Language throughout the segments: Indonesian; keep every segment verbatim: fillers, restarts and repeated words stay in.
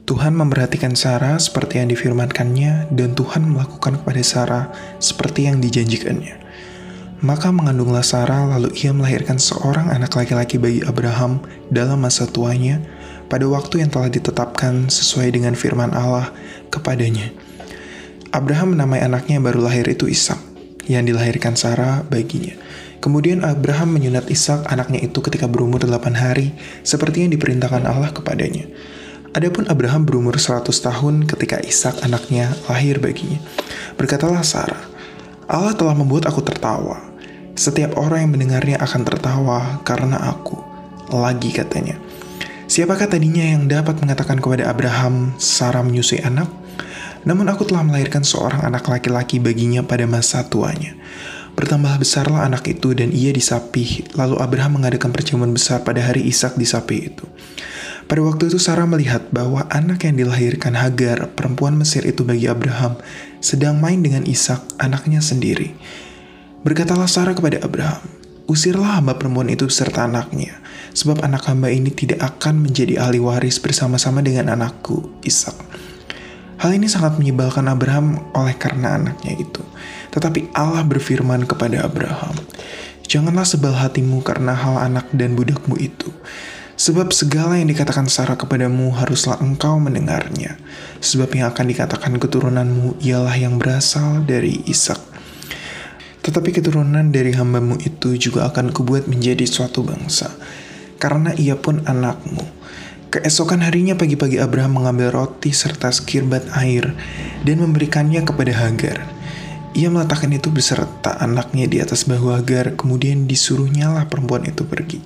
Tuhan memperhatikan Sarah seperti yang difirmankannya, dan Tuhan melakukan kepada Sarah seperti yang dijanjikannya. Maka mengandunglah Sarah, lalu ia melahirkan seorang anak laki-laki bagi Abraham dalam masa tuanya, pada waktu yang telah ditetapkan sesuai dengan firman Allah kepadanya. Abraham menamai anaknya yang baru lahir itu Ishak, yang dilahirkan Sarah baginya. Kemudian Abraham menyunat Ishak anaknya itu ketika berumur delapan hari, seperti yang diperintahkan Allah kepadanya. Adapun Abraham berumur seratus tahun ketika Ishak anaknya lahir baginya. Berkatalah Sarah, Allah telah membuat aku tertawa. Setiap orang yang mendengarnya akan tertawa karena aku. Lagi katanya, siapakah tadinya yang dapat mengatakan kepada Abraham, Sarah menyusui anak? Namun aku telah melahirkan seorang anak laki-laki baginya pada masa tuanya. Bertambah besarlah anak itu dan ia disapih. Lalu Abraham mengadakan perjamuan besar pada hari Ishak disapih itu. Pada waktu itu Sarah melihat bahwa anak yang dilahirkan Hagar, perempuan Mesir itu bagi Abraham, sedang main dengan Ishak, anaknya sendiri. Berkatalah Sarah kepada Abraham, usirlah hamba perempuan itu beserta anaknya, sebab anak hamba ini tidak akan menjadi ahli waris bersama-sama dengan anakku, Ishak. Hal ini sangat menyebalkan Abraham oleh karena anaknya itu. Tetapi Allah berfirman kepada Abraham, janganlah sebal hatimu karena hal anak dan budakmu itu. Sebab segala yang dikatakan Sarah kepadamu haruslah engkau mendengarnya. Sebab yang akan dikatakan keturunanmu ialah yang berasal dari Ishak. Tetapi keturunan dari hambamu itu juga akan kubuat menjadi suatu bangsa, karena ia pun anakmu. Keesokan harinya pagi-pagi Abraham mengambil roti serta sekirbat air dan memberikannya kepada Hagar. Ia meletakkan itu beserta anaknya di atas bahu Hagar, kemudian disuruhnyalah perempuan itu pergi.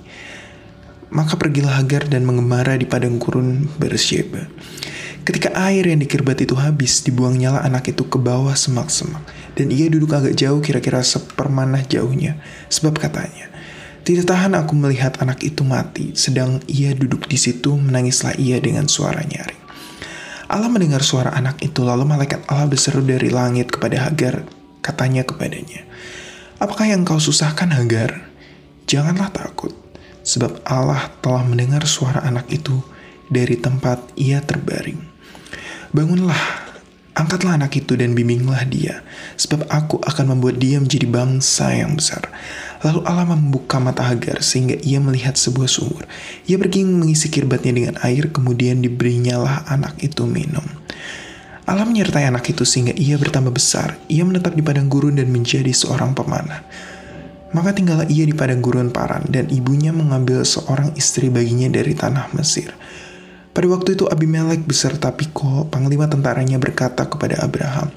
Maka pergilah Hagar dan mengembara di padang gurun Beersheba. Ketika air yang dikirbat itu habis, dibuangnyalah anak itu ke bawah semak-semak, dan ia duduk agak jauh, kira-kira sepermanah jauhnya, sebab katanya, tidak tahan aku melihat anak itu mati. Sedang ia duduk di situ, menangislah ia dengan suara nyaring. Allah mendengar suara anak itu, lalu malaikat Allah berseru dari langit kepada Hagar, katanya kepadanya, apakah yang kau susahkan Hagar? Janganlah takut, sebab Allah telah mendengar suara anak itu dari tempat ia terbaring. Bangunlah, angkatlah anak itu dan bimbinglah dia, sebab aku akan membuat dia menjadi bangsa yang besar. Lalu Allah membuka mata Hagar sehingga ia melihat sebuah sumur. Ia pergi mengisi kirbatnya dengan air, kemudian diberinyalah anak itu minum. Allah menyertai anak itu sehingga ia bertambah besar. Ia menetap di padang gurun dan menjadi seorang pemanah. Maka tinggallah ia di padang gurun Paran, dan ibunya mengambil seorang istri baginya dari tanah Mesir. Pada waktu itu Abimelek beserta Pikol, panglima tentaranya, berkata kepada Abraham,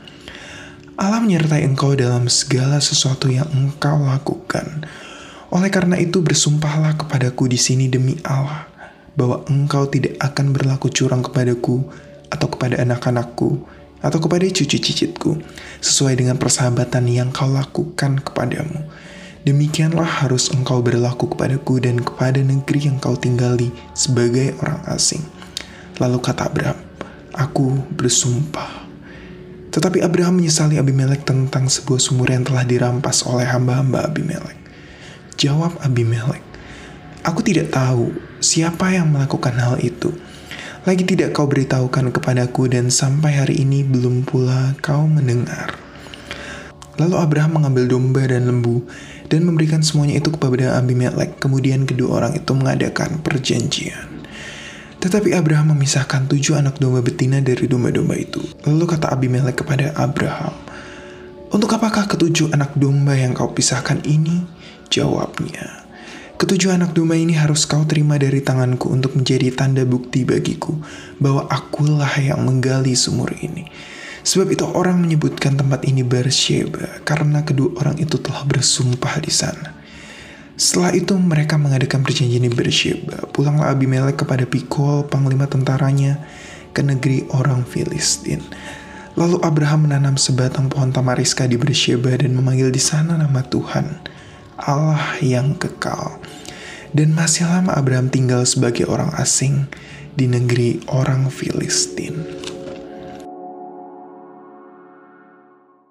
Allah menyertai engkau dalam segala sesuatu yang engkau lakukan. Oleh karena itu bersumpahlah kepadaku di sini demi Allah, bahwa engkau tidak akan berlaku curang kepadaku, atau kepada anak-anakku, atau kepada cucu-cicitku, sesuai dengan persahabatan yang kau lakukan kepadamu. Demikianlah harus engkau berlaku kepadaku dan kepada negeri yang kau tinggali sebagai orang asing. Lalu kata Abraham, aku bersumpah. Tetapi Abraham menyesali Abimelek tentang sebuah sumur yang telah dirampas oleh hamba-hamba Abimelek. Jawab Abimelek, aku tidak tahu siapa yang melakukan hal itu. Lagi tidak kau beritahukan kepadaku, dan sampai hari ini belum pula kau mendengar. Lalu Abraham mengambil domba dan lembu dan memberikan semuanya itu kepada Abimelek. Kemudian kedua orang itu mengadakan perjanjian. Tetapi Abraham memisahkan tujuh anak domba betina dari domba-domba itu. Lalu kata Abimelek kepada Abraham, untuk apakah ketujuh anak domba yang kau pisahkan ini? Jawabnya, ketujuh anak domba ini harus kau terima dari tanganku untuk menjadi tanda bukti bagiku bahwa akulah yang menggali sumur ini. Sebab itu orang menyebutkan tempat ini Beersheba, karena kedua orang itu telah bersumpah di sana. Setelah itu mereka mengadakan perjanjian di Beersheba. Pulanglah Abimelek kepada Pikol, panglima tentaranya, ke negeri orang Filistin. Lalu Abraham menanam sebatang pohon tamariska di Beersheba dan memanggil di sana nama Tuhan, Allah yang kekal. Dan masih lama Abraham tinggal sebagai orang asing di negeri orang Filistin.